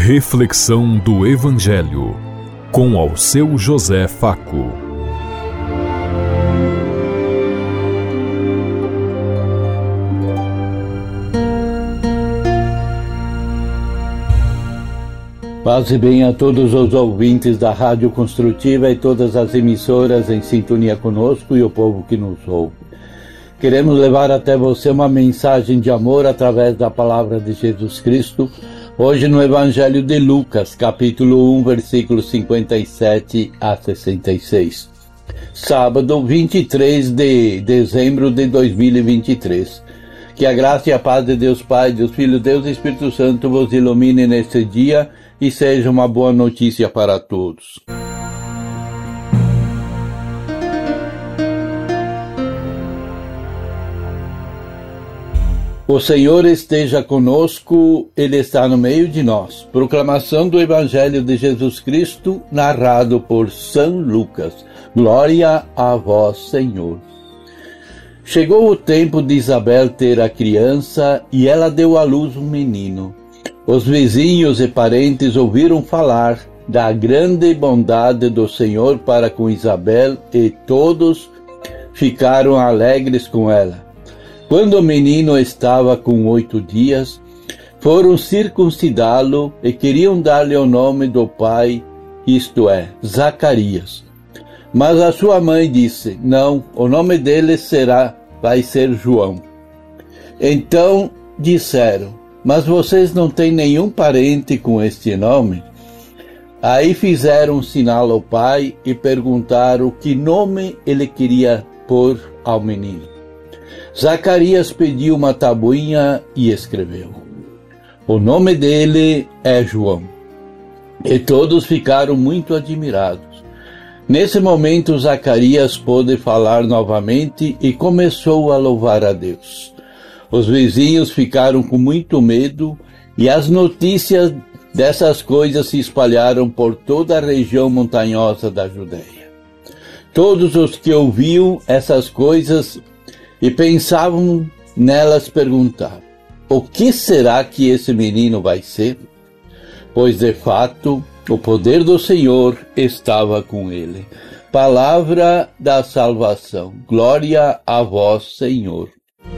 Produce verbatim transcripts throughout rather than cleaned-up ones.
Reflexão do Evangelho, com ao seu José Faco. Paz e bem a todos os ouvintes da Rádio Construtiva e todas as emissoras em sintonia conosco e o povo que nos ouve. Queremos levar até você uma mensagem de amor através da palavra de Jesus Cristo, hoje no Evangelho de Lucas, capítulo um, versículos cinquenta e sete a sessenta e seis. Sábado, vinte e três de dezembro de dois mil e vinte e três. Que a graça e a paz de Deus Pai, Deus Filho, Deus e Espírito Santo vos ilumine neste dia e seja uma boa notícia para todos. O Senhor esteja conosco, Ele está no meio de nós. Proclamação do Evangelho de Jesus Cristo, narrado por São Lucas. Glória a vós, Senhor. Chegou o tempo de Isabel ter a criança e ela deu à luz um menino. Os vizinhos e parentes ouviram falar da grande bondade do Senhor para com Isabel e todos ficaram alegres com ela. Quando o menino estava com oito dias, foram circuncidá-lo e queriam dar-lhe o nome do pai, isto é, Zacarias. Mas a sua mãe disse, não, o nome dele será, vai ser João. Então disseram, mas vocês não têm nenhum parente com este nome? Aí fizeram um sinal ao pai e perguntaram que nome ele queria pôr ao menino. Zacarias pediu uma tabuinha e escreveu. O nome dele é João. E todos ficaram muito admirados. Nesse momento, Zacarias pôde falar novamente e começou a louvar a Deus. Os vizinhos ficaram com muito medo e as notícias dessas coisas se espalharam por toda a região montanhosa da Judeia. Todos os que ouviam essas coisas e pensavam nelas perguntavam, o que será que esse menino vai ser? Pois de fato, o poder do Senhor estava com ele. Palavra da salvação. Glória a vós, Senhor.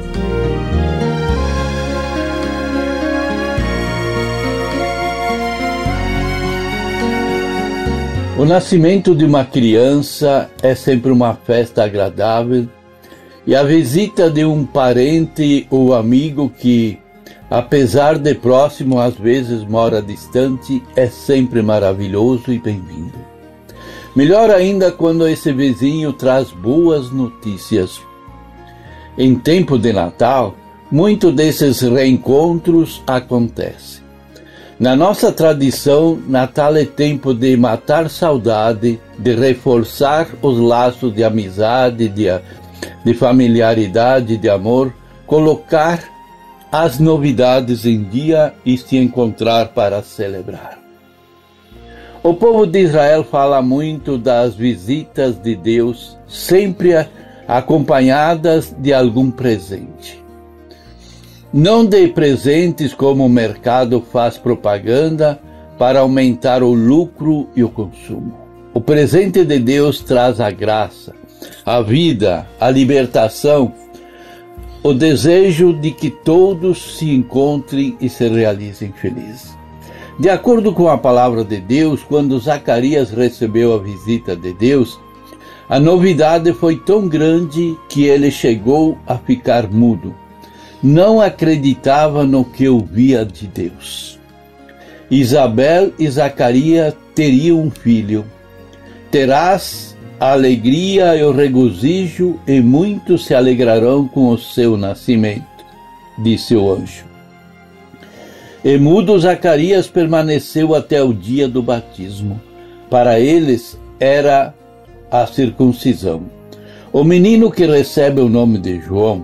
O nascimento de uma criança é sempre uma festa agradável, e a visita de um parente ou amigo que, apesar de próximo, às vezes mora distante, é sempre maravilhoso e bem-vindo. Melhor ainda quando esse vizinho traz boas notícias. Em tempo de Natal, muito desses reencontros acontece. Na nossa tradição, Natal é tempo de matar saudade, de reforçar os laços de amizade, de de familiaridade, de amor, colocar as novidades em dia e se encontrar para celebrar. O povo de Israel fala muito das visitas de Deus, sempre acompanhadas de algum presente. Não de presentes como o mercado faz propaganda para aumentar o lucro e o consumo. O presente de Deus traz a graça, a vida, a libertação, o desejo de que todos se encontrem e se realizem felizes. De acordo com a palavra de Deus, quando Zacarias recebeu a visita de Deus, a novidade foi tão grande que ele chegou a ficar mudo. Não acreditava no que ouvia de Deus. Isabel e Zacarias teriam um filho. Terás a alegria e o regozijo, e muitos se alegrarão com o seu nascimento, disse o anjo. E mudo Zacarias permaneceu até o dia do batismo. Para eles era a circuncisão. O menino que recebe o nome de João,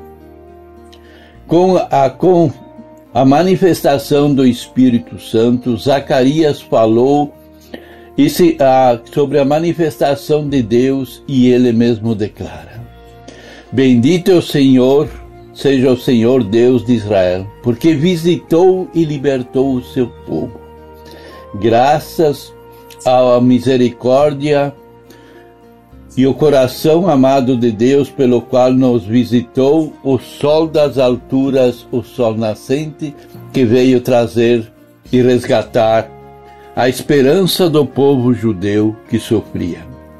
com a, com a manifestação do Espírito Santo, Zacarias falou E se, ah, sobre a manifestação de Deus, e ele mesmo declara: Bendito é o Senhor, seja o Senhor Deus de Israel, porque visitou e libertou o seu povo. graças à misericórdia e o coração amado de Deus, pelo qual nos visitou o sol das alturas, o sol nascente, que veio trazer e resgatar a esperança do povo judeu que sofria.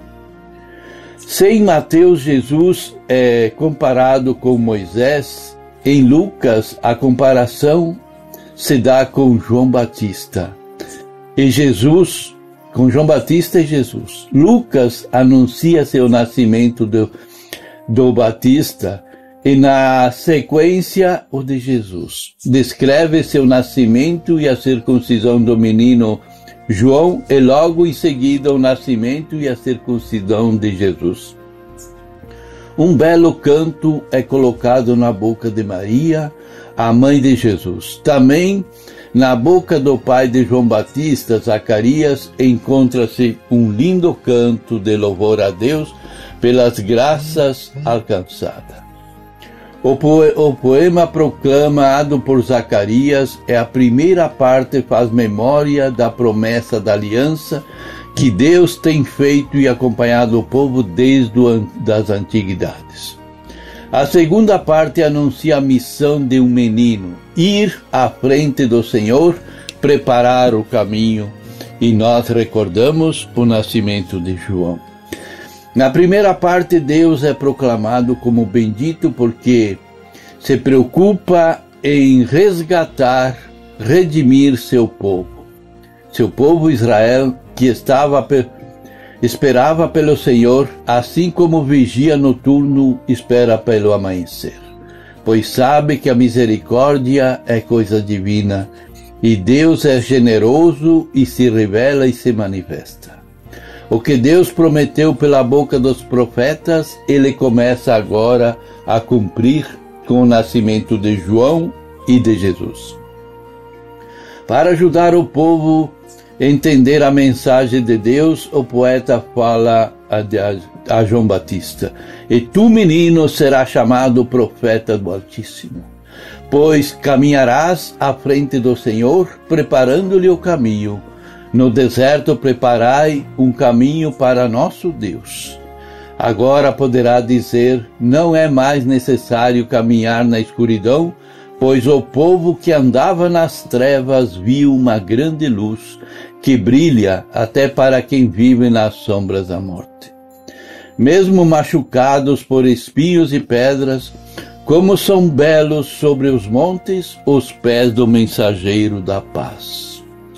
Se em Mateus Jesus é comparado com Moisés, em Lucas a comparação se dá com João Batista. E Jesus, com João Batista e Jesus. Lucas anuncia seu nascimento do, do Batista e na sequência o de Jesus. Descreve seu nascimento e a circuncisão do menino João e logo em seguida o nascimento e a circuncisão de Jesus. Um belo canto é colocado na boca de Maria, a mãe de Jesus. Também na boca do pai de João Batista, Zacarias, encontra-se um lindo canto de louvor a Deus pelas graças alcançadas. O, poe- o poema proclamado por Zacarias é a primeira parte, faz memória da promessa da aliança que Deus tem feito e acompanhado o povo desde as antiguidades. A segunda parte anuncia a missão de um menino, ir à frente do Senhor, preparar o caminho, e nós recordamos o nascimento de João. Na primeira parte, Deus é proclamado como bendito porque se preocupa em resgatar, redimir seu povo. Seu povo Israel, que estava, esperava pelo Senhor, assim como o vigia noturno espera pelo amanhecer. Pois sabe que a misericórdia é coisa divina, e Deus é generoso e se revela e se manifesta. O que Deus prometeu pela boca dos profetas, ele começa agora a cumprir com o nascimento de João e de Jesus. Para ajudar o povo a entender a mensagem de Deus, o poeta fala a, a João Batista: "E tu, menino, serás chamado profeta do Altíssimo, pois caminharás à frente do Senhor, preparando-lhe o caminho. No deserto preparai um caminho para nosso Deus. Agora poderá dizer, não é mais necessário caminhar na escuridão, pois o povo que andava nas trevas viu uma grande luz, que brilha até para quem vive nas sombras da morte. Mesmo machucados por espinhos e pedras, como são belos sobre os montes os pés do mensageiro da paz."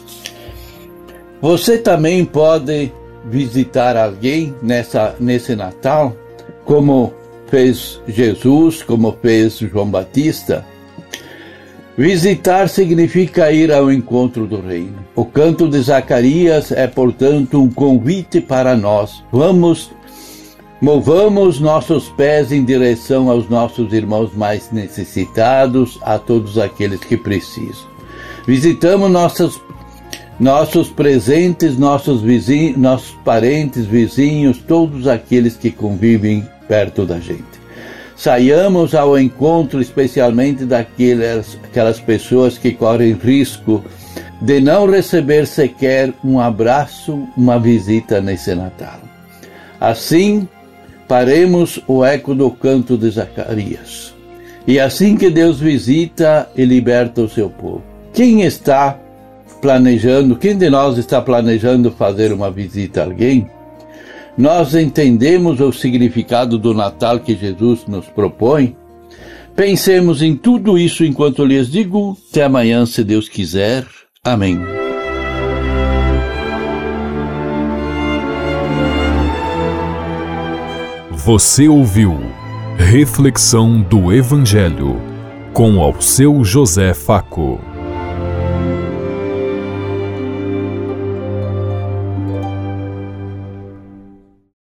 Você também pode visitar alguém nessa, nesse Natal, como fez Jesus, como fez João Batista. Visitar significa ir ao encontro do reino. O canto de Zacarias é, portanto, um convite para nós. Vamos, movamos nossos pés em direção aos nossos irmãos mais necessitados, a todos aqueles que precisam. Visitamos nossas Nossos presentes, nossos vizinhos, nossos parentes, vizinhos, todos aqueles que convivem perto da gente. Saiamos ao encontro especialmente daquelas aquelas pessoas que correm risco de não receber sequer um abraço, uma visita nesse Natal. Assim, paremos o eco do canto de Zacarias. E assim que Deus visita e liberta o seu povo. Quem está planejando, quem de nós está planejando fazer uma visita a alguém? Nós entendemos o significado do Natal que Jesus nos propõe? Pensemos em tudo isso enquanto lhes digo. Até amanhã, se Deus quiser. Amém. Você ouviu Reflexão do Evangelho com ao seu José Faco.